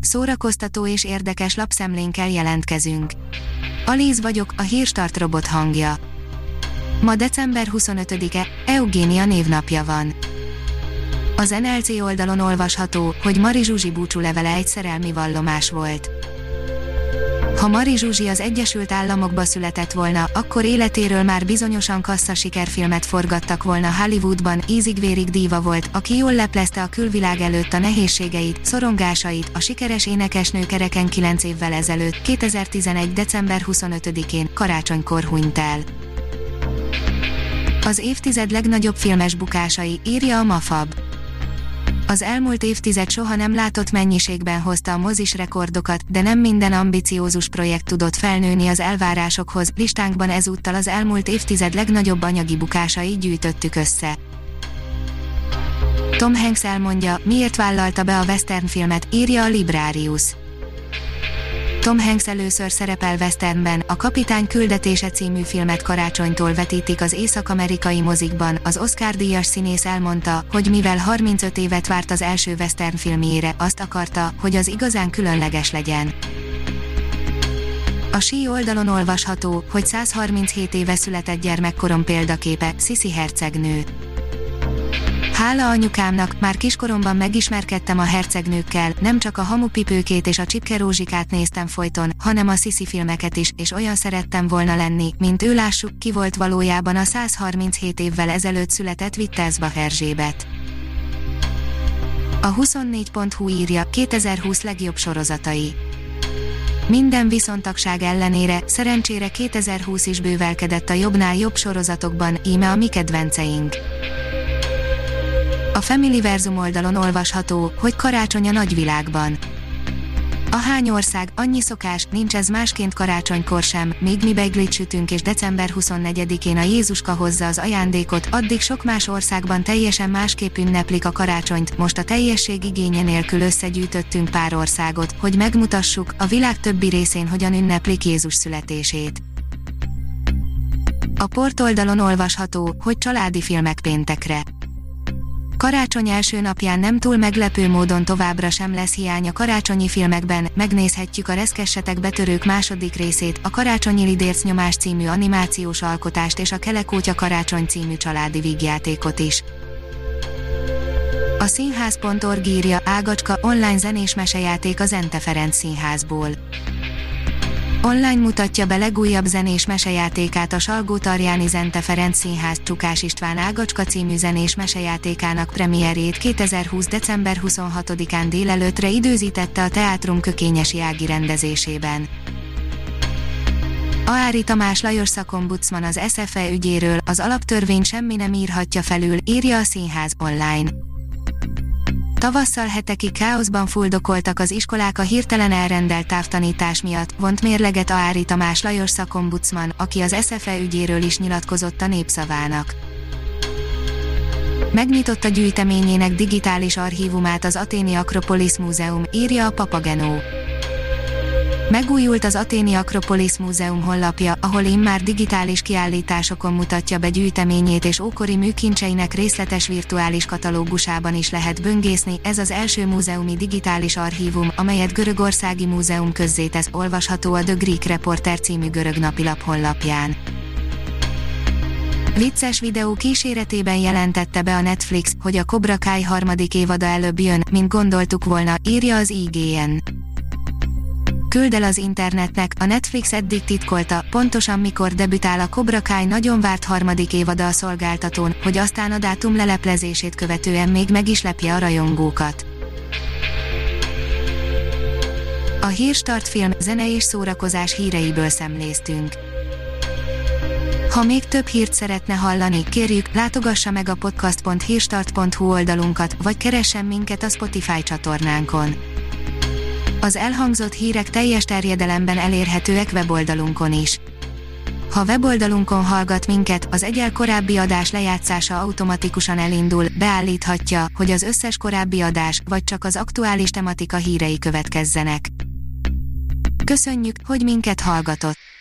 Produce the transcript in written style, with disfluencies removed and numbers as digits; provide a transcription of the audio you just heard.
szórakoztató és érdekes lapszemlénkkel jelentkezünk. Alíz vagyok, a Hírstart robot hangja. Ma december 25-e, Eugénia névnapja van. Az NLC oldalon olvasható, hogy Mari Zsuzsi búcsúlevele egy szerelmi vallomás volt. Ha Mari Zsuzsi az Egyesült Államokba született volna, akkor életéről már bizonyosan kasszasikerfilmet forgattak volna Hollywoodban. Ízig-vérig díva volt, aki jól leplezte a külvilág előtt a nehézségeit, szorongásait. A sikeres énekesnő kereken 9 évvel ezelőtt, 2011. december 25-én, karácsonykor hunyt el. Az évtized legnagyobb filmes bukásai, írja a Mafab. Az elmúlt évtized soha nem látott mennyiségben hozta a mozis rekordokat, de nem minden ambiciózus projekt tudott felnőni az elvárásokhoz. Listánkban ezúttal az elmúlt évtized legnagyobb anyagi bukásai gyűjtöttük össze. Tom Hanks elmondja, miért vállalta be a westernfilmet, írja a Librarius. Tom Hanks először szerepel westernben, a Kapitány küldetése című filmet karácsonytól vetítik az észak-amerikai mozikban. Az Oscar-díjas színész elmondta, hogy mivel 35 évet várt az első western filmjére, azt akarta, hogy az igazán különleges legyen. A SHE oldalon olvasható, hogy 137 éve született gyermekkorom példaképe, Sissi hercegnő. Hála anyukámnak, már kiskoromban megismerkedtem a hercegnőkkel, nem csak a Hamupipőkét és a Csipke Rózsikát néztem folyton, hanem a Sissi filmeket is, és olyan szerettem volna lenni, mint ő. Lássuk, ki volt valójában a 137 évvel ezelőtt született Wittelsbach Erzsébet. A 24.hu írja, 2020 legjobb sorozatai. Minden viszontagság ellenére, szerencsére 2020 is bővelkedett a jobbnál jobb sorozatokban, íme a mi kedvenceink. A Familyverzum oldalon olvasható, hogy karácsony a nagyvilágban. A hány ország, annyi szokás, nincs ez másként karácsonykor sem, míg mi beiglit sütünk és december 24-én a Jézuska hozza az ajándékot, addig sok más országban teljesen másképp ünneplik a karácsonyt. Most a teljesség igénye nélkül összegyűjtöttünk pár országot, hogy megmutassuk, a világ többi részén hogyan ünneplik Jézus születését. A Port oldalon olvasható, hogy családi filmek péntekre. Karácsony első napján nem túl meglepő módon továbbra sem lesz hiány a karácsonyi filmekben, megnézhetjük a Reszkessetek betörők második részét, a Karácsonyi Lidérc nyomás című animációs alkotást és a Kelekótya karácsony című családi vígjátékot is. A színház.org írja, Ágacska, online zenés mesejáték a Zente Ferenc Színházból. Online mutatja be legújabb zenés mesejátékát a Salgótarjáni Zente Ferenc Színház. Csukás István Ágacska című zenés mesejátékának premierjét 2020. december 26-án délelőttre időzítette a Teátrum Kökényesi Ági rendezésében. Aári Tamás Lajos szakombudsman az SZFE ügyéről, az alaptörvény semmi nem írhatja felül, írja a Színház online. Tavasszal hetekig káoszban fuldokoltak az iskolák a hirtelen elrendelt távtanítás miatt, vont mérleget Aári Tamás Lajos szakombudsman, aki az SZFE ügyéről is nyilatkozott a Népszavának. Megnyitotta gyűjteményének digitális archívumát az Athéni Akropolis Múzeum, írja a Papageno. Megújult az Athéni Akropolis Múzeum honlapja, ahol immár digitális kiállításokon mutatja be gyűjteményét és ókori műkincseinek részletes virtuális katalógusában is lehet böngészni. Ez az első múzeumi digitális archívum, amelyet Görögországi Múzeum közzétesz, olvasható a The Greek Reporter című görög napilap honlapján. Vicces videó kíséretében jelentette be a Netflix, hogy a Cobra Kai harmadik évada előbb jön, mint gondoltuk volna, írja az IGN. Küld el az internetnek, a Netflix eddig titkolta, pontosan mikor debütál a Cobra Kai nagyon várt harmadik évada a szolgáltatón, hogy aztán a dátum leleplezését követően még meg is lepje a rajongókat. A Hírstart film, zene és szórakozás híreiből szemléztünk. Ha még több hírt szeretne hallani, kérjük, látogassa meg a podcast.hírstart.hu oldalunkat, vagy keressen minket a Spotify csatornánkon. Az elhangzott hírek teljes terjedelemben elérhetőek weboldalunkon is. Ha weboldalunkon hallgat minket, az egyel korábbi adás lejátszása automatikusan elindul, beállíthatja, hogy az összes korábbi adás, vagy csak az aktuális tematika hírei következzenek. Köszönjük, hogy minket hallgatott!